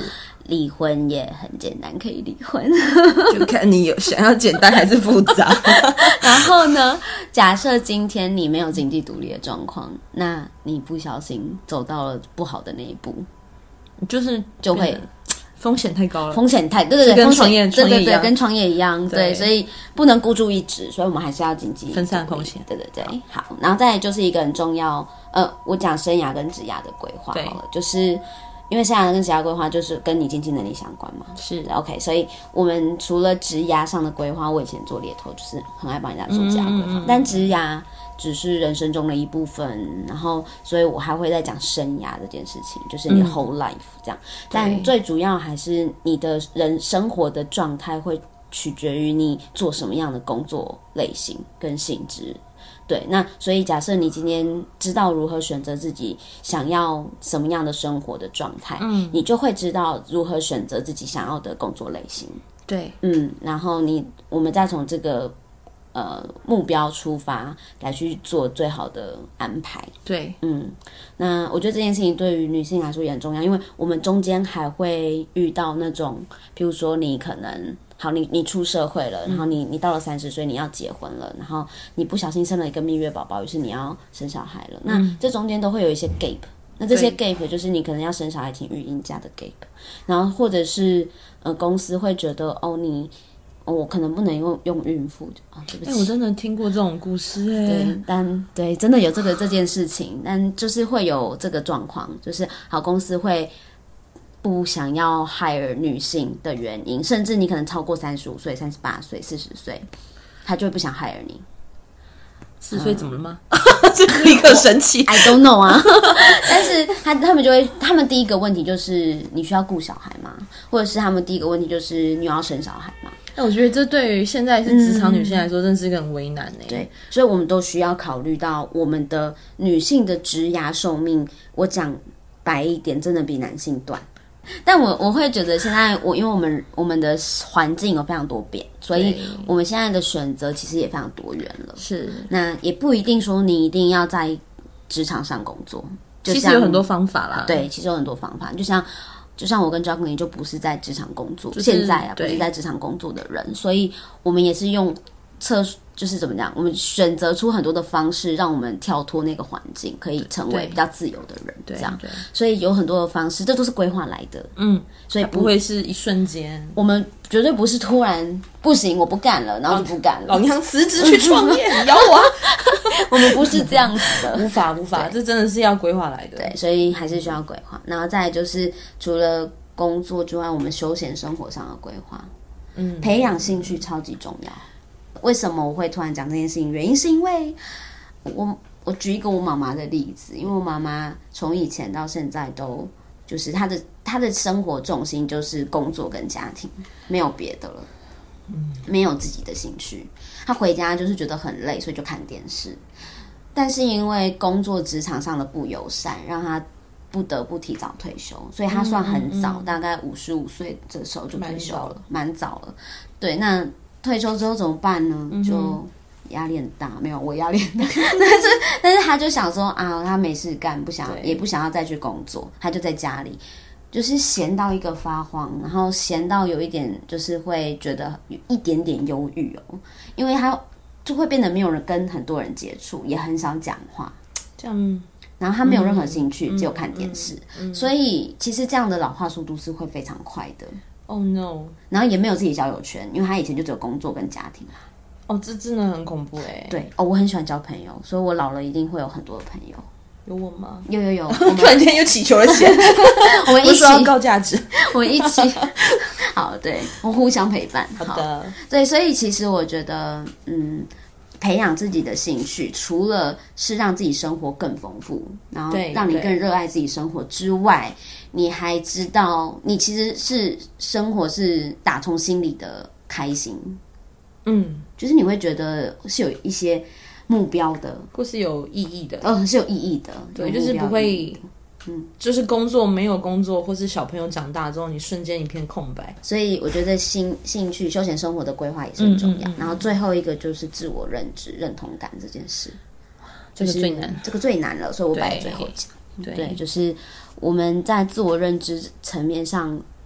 离婚也很简单，可以离婚。 就看你有想要简单还是复杂。 然后呢，假设今天你没有经济独立的状况，那你不小心走到了不好的那一步， 就是就会风险太高了， 风险太对对对， 跟创业对对对， 创业一样跟创业一样，对，所以不能孤注一掷，所以我们还是要经济分散风险。 对对对，好，然后再来就是一个很重要，呃，我讲生涯跟职涯的规划好了，就是因为生涯跟职涯规划就是跟你经济能力相关嘛， 是 OK， 所以我们除了职涯上的规划，我以前做猎头就是很爱帮人家做职涯规划，嗯嗯嗯，但职涯只是人生中的一部分，然后所以我还会再讲生涯这件事情，就是你 whole life 这样，嗯，但最主要还是你的人生活的状态会取决于你做什么样的工作类型跟性质。对，那所以假设你今天知道如何选择自己想要什么样的生活的状态，嗯，你就会知道如何选择自己想要的工作类型。 对， 嗯，然后你我们再从这个呃目标出发来去做最好的安排。 对， 嗯，那我觉得这件事情对于女性来说也很重要，因为我们中间还会遇到那种，譬如说你可能。好，你你出社会了，然后你你到了三十岁，你要结婚了，然后你不小心生了一个蜜月宝宝，于是你要生小孩了。那这中间都会有一些 gap， 那这些 gap 就是你可能要生小孩请育婴假的 gap， 然后或者是呃公司会觉得哦你哦我可能不能用用孕妇啊，对不起， 哎、欸，我真的听过这种故事哎、 欸，对，但对真的有这个这件事情，但就是会有这个状况，就是好公司会。不想要 hire 女性的原因，甚至你可能超过三十五岁、三十八岁、四十岁，他就会不想 hire 你。 四十岁怎么了吗？就立刻生气。 I don't know 啊，但是他他们就会，他们第一个问题就是你需要顾小孩吗？或者是他们第一个问题就是你要生小孩吗？ 那我觉得这对于现在是职场女性来说，真是一个很为难哎、欸。 对，所以我们都需要考虑到我们的女性的职涯寿命，我讲白一点，真的比男性短。但我我会觉得现在我因为我们我们的环境有非常多变，所以我们现在的选择其实也非常多元了。 是， 那也不一定说你一定要在职场上工作，就其实有很多方法啦。 对，其实有很多方法，就像就像我跟 Jacqueline 就不是在职场工作， 就是、 现在啊不是在职场工作的人，所以我们也是用测。就是怎么讲，我们选择出很多的方式，让我们跳脱那个环境，可以成为比较自由的人。这样，所以有很多的方式，这都是规划来的。 嗯， 所以不, 不会是一瞬间。 我们绝对不是突然不行，我不干了，然后就不干了。 老娘辞职去创业，你咬我啊！ 我们不是这样子的， 无法无法，这真的是要规划来的。 对，所以还是需要规划。然后再来就是除了工作之外，我们休闲生活上的规划，嗯，培养兴趣超级重要。为什么我会突然讲这件事情？原因是因为我我举一个我妈妈的例子，因为我妈妈从以前到现在都就是她的她的生活重心就是工作跟家庭，没有别的了，嗯，没有自己的兴趣。她回家就是觉得很累，所以就看电视。但是因为工作职场上的不友善，让她不得不提早退休，所以她算很早，嗯嗯嗯大概五十五岁这时候就退休了，蛮早了。对，那。退休之后怎么办呢？就压力很大，没有我压力很大，但是但是他就想说啊，他没事干，不想也不想要再去工作，他就在家里，就是闲到一个发慌，然后闲到有一点就是会觉得有一点点忧郁哦，因为他就会变得没有人跟很多人接触，也很少讲话， 这样， 然后他没有任何兴趣，嗯、只有看电视、嗯嗯嗯，所以其实这样的老化速度是会非常快的。 Oh no！ 然后也没有自己交友圈，因为他以前就只有工作跟家庭啊。 哦，这真的很恐怖哎。 对哦，我很喜欢交朋友，所以我老了一定会有很多的朋友。 有我吗？ 有有有， 突然间又祈求了钱， 我们一起要高价值， 我们一起。好，对，我互相陪伴。 好的， 好对，所以其实我觉得，嗯。培养自己的兴趣，除了是让自己生活更丰富，然后让你更热爱自己生活之外，你还知道你其实是生活是打从心里的开心，嗯，就是你会觉得是有一些目标的， 或是有意义的， 呃，是有意义的， 对，就是不会。嗯，就是工作没有工作，或是小朋友长大之后，你瞬间一片空白。 所以我觉得兴兴趣、休闲生活的规划也是很重要。嗯嗯嗯、然后最后一个就是自我认知、认同感这件事， 这个最难， 这个最难了，所以我摆在最后讲。 对， 对，就是我们在自我认知层面上，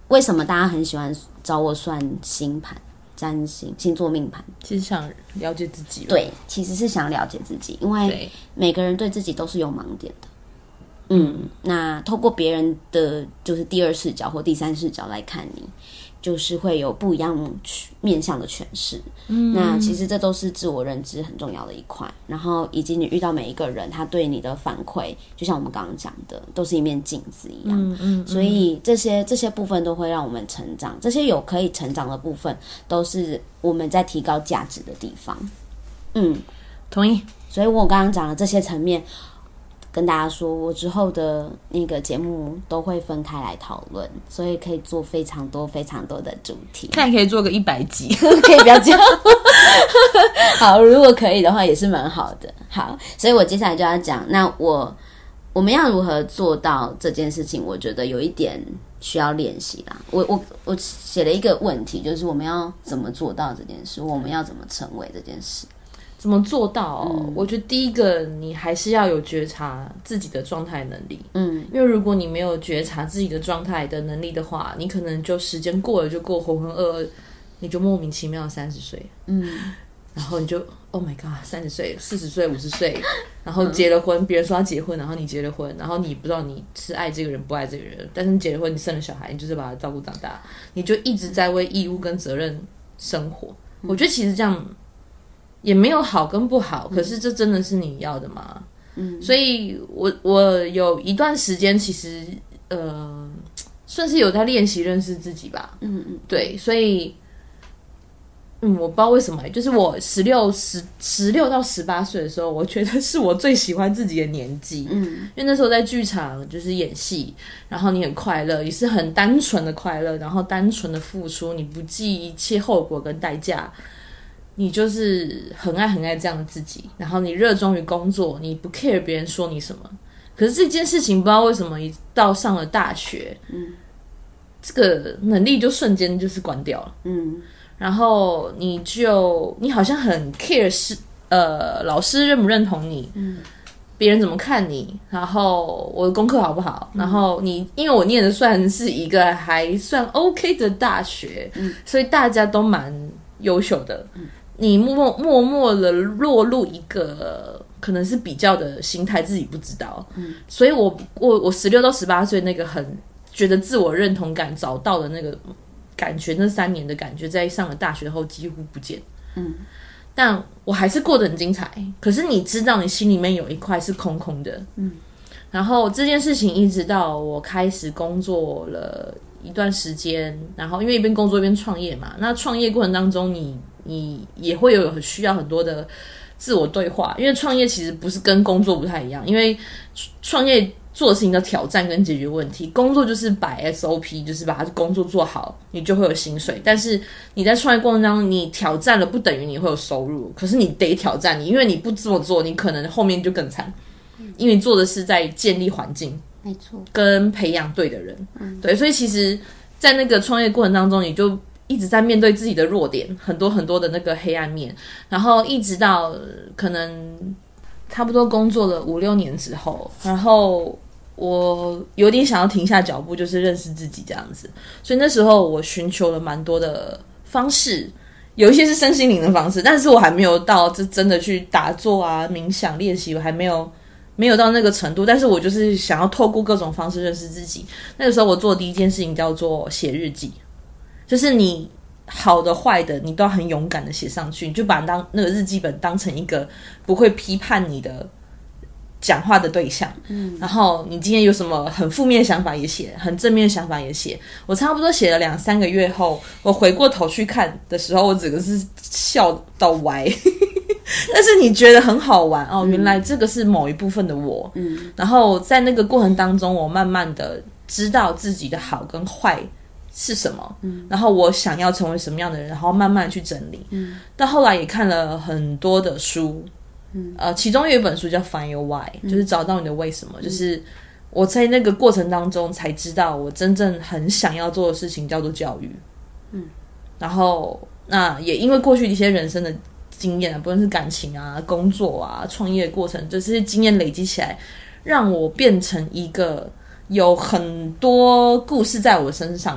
为什么大家很喜欢找我算星盘、占星、星座命盘？ 其实想了解自己。 对，其实是想了解自己，因为每个人对自己都是有盲点的。嗯，那透过别人的就是第二视角或第三视角来看你，就是会有不一样面向的诠释。嗯，那其实这都是自我认知很重要的一块。然后以及你遇到每一个人，他对你的反馈，就像我们刚刚讲的，都是一面镜子一样。嗯 嗯, 嗯，所以这些这些部分都会让我们成长。这些有可以成长的部分，都是我们在提高价值的地方。嗯， 同意。 所以我刚刚讲的这些层面。跟大家说，我之后的那个节目都会分开来讨论，所以可以做非常多非常多的主题。 看可以做个一百集， 可以不要这样。好，如果可以的话，也是蛮好的。好，所以我接下来就要讲，那我我们要如何做到这件事情？我觉得有一点需要练习啦。我我我写了一个问题，就是我们要怎么做到这件事？我们要怎么成为这件事？ 怎么做到、哦嗯、我觉得第一个你还是要有觉察自己的状态能力。嗯，因为如果你没有觉察自己的状态的能力的话，你可能就时间过了就过浑浑噩噩，你就莫名其妙三十岁。嗯，然后你就 Oh my god 三十岁四十岁五十岁，然后结了婚，别人说要结婚，然后你结了婚，然后你不知道你是爱这个人不爱这个人，但是你结了婚，你生了小孩，你就是把他照顾长大，你就一直在为义务跟责任生活。嗯、我觉得其实这样也没有好跟不好，可是这真的是你要的吗？嗯，所以我我有一段时间其实呃算是有在练习认识自己吧。嗯嗯，对，所以嗯我不知道为什么，就是我十六十十六到十八岁的时候，我觉得是我最喜欢自己的年纪。嗯，因为那时候在剧场就是演戏，然后你很快乐，也是很单纯的快乐，然后单纯的付出，你不计一切后果跟代价。你就是很爱很爱这样的自己，然后你热衷于工作，你不 care 别人说你什么。可是这件事情不知道为什么一到上了大学，嗯，这个能力就瞬间就是关掉了。嗯，然后你就你好像很 care 是呃老师认不认同你，嗯，别人怎么看你，然后我的功课好不好，嗯、然后你因为我念的算是一个还算 OK 的大学，嗯，所以大家都蛮优秀的。嗯，你默默默默的落入一个可能是比较的心态，自己不知道。嗯，所以我我我十六到十八岁那个很觉得自我认同感找到的那个感觉，那三年的感觉，在上了大学后几乎不见。嗯，但我还是过得很精彩。可是你知道，你心里面有一块是空空的。嗯，然后这件事情一直到我开始工作了一段时间，然后因为一边工作一边创业嘛，那创业过程当中你。你也会有需要很多的自我对话，因为创业其实不是跟工作不太一样，因为创业做的事情叫挑战跟解决问题，工作就是摆 S O P， 就是把它工作做好，你就会有薪水。但是你在创业过程当中，你挑战了不等于你会有收入，可是你得挑战你，因为你不这么做，你可能后面就更惨，因为你做的是在建立环境， 没错，跟培养对的人，嗯，对，所以其实，在那个创业过程当中，你就一直在面对自己的弱点，很多很多的那个黑暗面，然后一直到可能差不多工作了五六年之后，然后我有点想要停下脚步，就是认识自己这样子。所以那时候我寻求了蛮多的方式，有一些是身心灵的方式，但是我还没有到这真的去打坐啊、冥想练习，我还没有没有到那个程度。但是我就是想要透过各种方式认识自己。那个时候我做的第一件事情叫做写日记。就是你好的坏的你都要很勇敢的写上去，你就把当那个日记本当成一个不会批判你的讲话的对象。嗯，然后你今天有什么很负面的想法也写，很正面的想法也写。我差不多写了两三个月后，我回过头去看的时候，我整个是笑到歪但是你觉得很好玩哦，原来这个是某一部分的我。嗯，然后在那个过程当中，我慢慢的知道自己的好跟坏是什么、嗯、然后我想要成为什么样的人，然后慢慢去整理、嗯、到后来也看了很多的书、嗯、呃，其中有一本书叫 Find Your Why、嗯、就是找到你的为什么、嗯、就是我在那个过程当中才知道我真正很想要做的事情叫做教育、嗯、然后那也因为过去一些人生的经验啊，不论是感情啊、工作啊、创业的过程，这些经验累积起来，让我变成一个有很多故事在我身上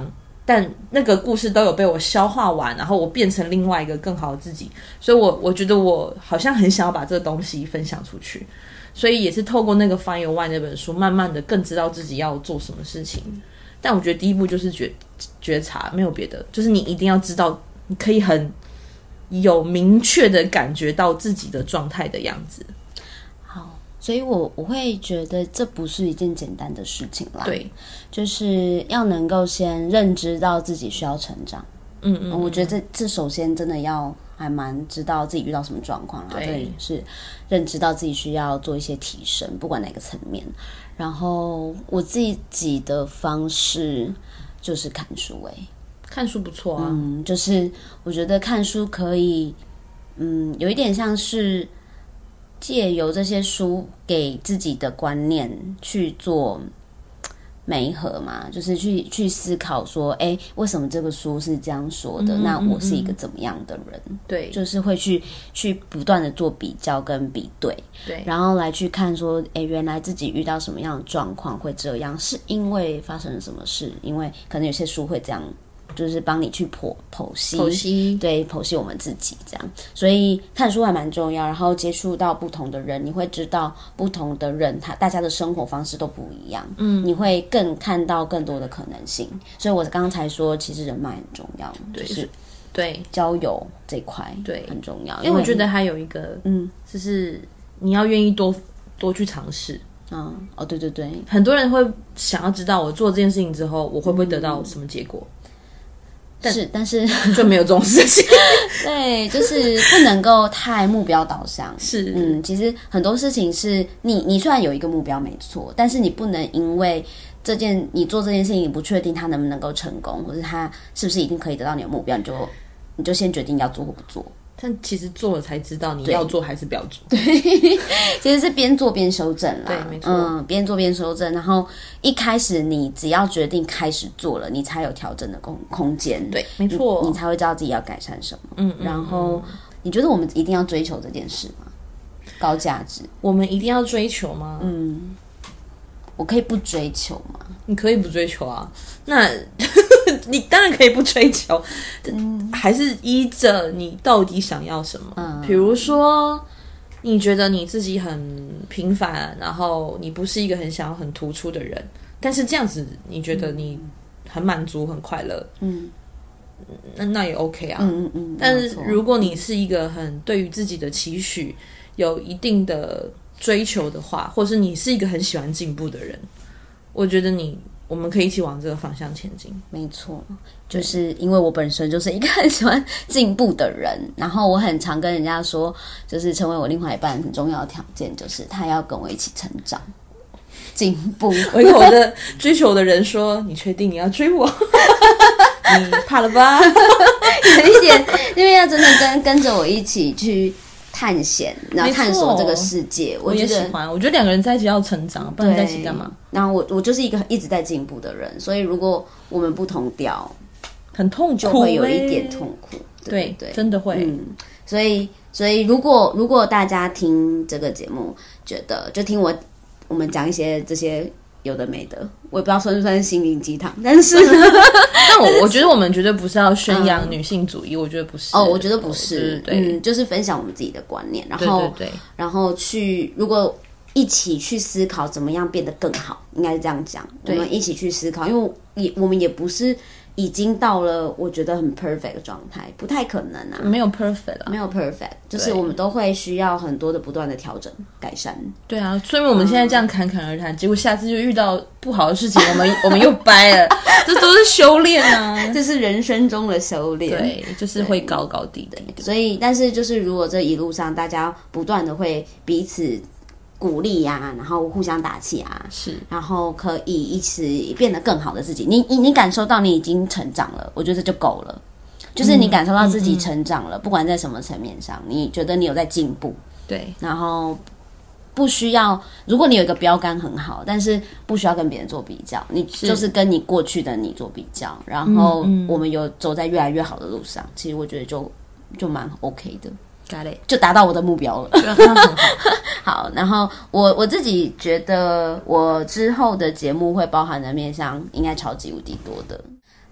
但那个故事都有被我消化完，然后我变成另外一个更好的自己，所以我我觉得我好像很想要把这个东西分享出去，所以也是透过那个 Find Your Why 那本书，慢慢的更知道自己要做什么事情。但我觉得第一步就是觉觉察，没有别的，就是你一定要知道，你可以很有明确的感觉到自己的状态的样子。 好，所以我我会觉得这不是一件简单的事情啦。 对， 就是要能够先认知到自己需要成长。 嗯嗯， 我觉得这这首先真的要还蛮知道自己遇到什么状况，然后这里是认知到自己需要做一些提升，不管哪个层面。然后我自己的方式就是看书、欸，哎， 看书不错啊。 嗯，就是我觉得看书可以，嗯，有一点像是借由这些书给自己的观念去做媒合嘛，就是去去思考说，哎，为什么这个书是这样说的？嗯嗯嗯，那我是一个怎么样的人？ 对， 就是会去去不断的做比较跟比对， 对， 然后来去看说，哎，原来自己遇到什么样的状况会这样，是因为发生了什么事？因为可能有些书会这样。就是帮你去剖剖析， 剖析对剖析我们自己这样，所以看书还蛮重要。然后接触到不同的人，你会知道不同的人他大家的生活方式都不一样，嗯，你会更看到更多的可能性。所以我刚才说，其实人脉很重要， 对， 就是对交友这块对很重要。 因为我觉得还有一个，嗯，就是你要愿意多多去尝试。 嗯，哦，对对对， 很多人会想要知道我做这件事情之后，我会不会得到什么结果？ 但是，但是就没有这种事情。 对，就是不能够太目标导向。 是， 嗯，其实很多事情是你，你虽然有一个目标没错，但是你不能因为这件你做这件事情，你不确定它能不能够成功，或者它是不是一定可以得到你的目标，你就你就先决定要做或不做。 但其实做了才知道你要做还是不要做。 对，其实是边做边修正啦。 对，没错。 嗯，边做边修正，然后一开始你只要决定开始做了，你才有调整的空空间。 对，没错你，你才会知道自己要改善什么。 嗯， 然后你觉得我们一定要追求这件事吗？高价值， 我们一定要追求吗？ 嗯，我可以不追求吗？ 你可以不追求啊，那你当然可以不追求，嗯，还是依着你到底想要什么。嗯，比如说你觉得你自己很平凡，然后你不是一个很想要很突出的人，但是这样子你觉得你很满足很快乐，嗯，那那也 OK 啊。嗯嗯嗯。但是如果你是一个很对于自己的期许有一定的追求的话，或是你是一个很喜欢进步的人，我觉得你我们可以一起往这个方向前进。 没错，就是因为我本身就是一个很喜欢进步的人，然后我很常跟人家说，就是成为我另外一半很重要的条件就是他要跟我一起成长进步。 我跟我的追求的人说，你确定你要追我？你怕了吧？ 有一点，因为要真的跟跟着我一起去探险，然后探索这个世界。 我也喜欢，我觉得两个人在一起要成长，不然在一起干嘛？ 然后我我就是一个一直在进步的人，所以如果我们不同调， 很痛苦， 就会有一点痛苦。对对, 对，真的会。 嗯，所以所以如果如果大家听这个节目，觉得就听我我们讲一些这些有的没的，我也不知道算不算心灵鸡汤，但是但我我觉得我们绝对不是要宣扬女性主义，嗯、我觉得不是。 哦，我觉得不是， 对， 嗯，就是分享我们自己的观念，然后对对对， 然后去如果一起去思考怎么样变得更好，应该是这样讲。我们一起去思考，因为也我们也不是已经到了我觉得很 perfect 的状态，不太可能啊， 没有 perfect 啊， 没有 perfect， 就是我们都会需要很多的不断的调整改善。 对啊，所以我们现在这样侃侃而谈，嗯、结果下次就遇到不好的事情，我们我们又掰了，这都是修炼啊， 这是人生中的修炼。 对，就是会高高低低。 所以，但是就是如果这一路上大家不断的会彼此鼓励呀、啊，然后互相打气啊， 是， 然后可以一起变得更好的自己。你你你感受到你已经成长了，我觉得这就够了。就是你感受到自己成长了，嗯嗯嗯、不管在什么层面上，你觉得你有在进步， 对， 然后不需要，如果你有一个标杆很好，但是不需要跟别人做比较，你就是跟你过去的你做比较，然后我们有走在越来越好的路上，其实我觉得就就蛮 OK 的。就达到我的目标了。好，然后我我自己觉得我之后的节目会包含的面向应该超级无敌多的。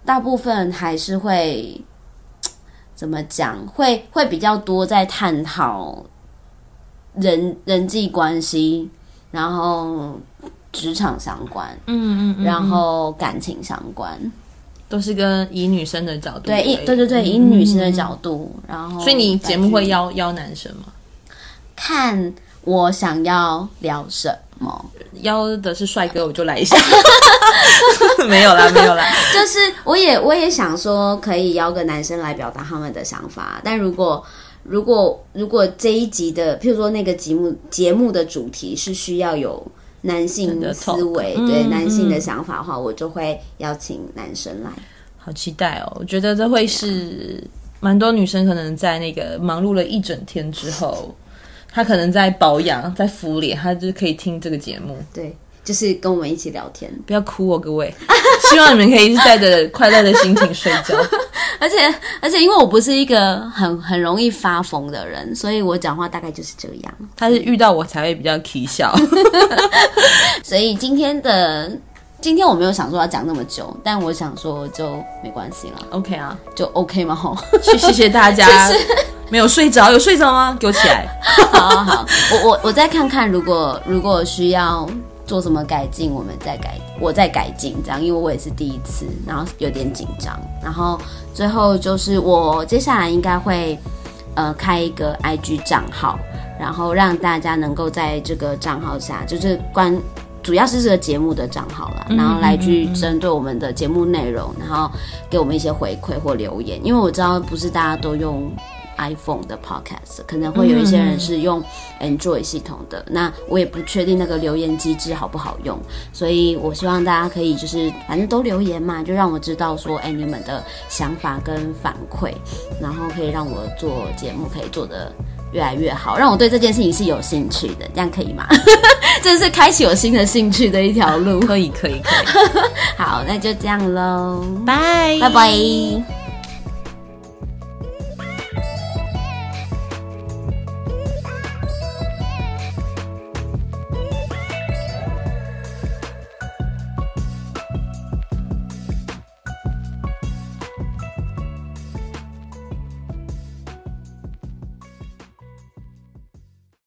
大部分还是会怎么讲，会会比较多在探讨人人际关系，然后职场相关， 嗯嗯嗯， 然后感情相关， 都是跟以女生的角度， 对，以对对对，以女生的角度，嗯、然后所以你节目会邀邀男生吗？ 看我想要聊什么， 邀的是帅哥我就来一下，没有啦没有啦， 就是我也我也想说可以邀个男生来表达他们的想法，但如果如果如果这一集的，譬如说那个节目节目的主题是需要有男性思维，对、嗯、男性的想法的话，我就会邀请男生来。 好期待哦！我觉得这会是蛮多女生可能在那个忙碌了一整天之后，她可能在保养、在敷脸，她就可以听这个节目。 对，就是跟我们一起聊天。 不要哭哦，各位！希望你们可以带着快乐的心情睡觉。 而且而且，因为我不是一个很很容易发疯的人，所以我讲话大概就是这样。 他是遇到我才会比较起笑。 所以今天的今天我没有想说要讲那么久，但我想说就没关系了。 OK 啊， 就 OK 吗？吼， 谢谢大家。就是没有睡着，有睡着吗？给我起来。 好好好，我我我再看看，如果如果需要做什么改进，我们再改，我再改进这样，因为我也是第一次，然后有点紧张。然后最后就是我接下来应该会呃开一个 I G 账号，然后让大家能够在这个账号下，就是关主要是这个节目的账号啦，然后来去针对我们的节目内容，然后给我们一些回馈或留言，因为我知道不是大家都用iPhone 的 Podcast， 可能会有一些人是用 Android 系统的，嗯、那我也不确定那个留言机制好不好用，所以我希望大家可以就是反正都留言嘛，就让我知道说，哎，你们的想法跟反馈，然后可以让我做节目可以做得越来越好，让我对这件事情是有兴趣的，这样可以吗？这是开启我新的兴趣的一条路， 可以可以可以。 好，那就这样咯， 拜拜拜。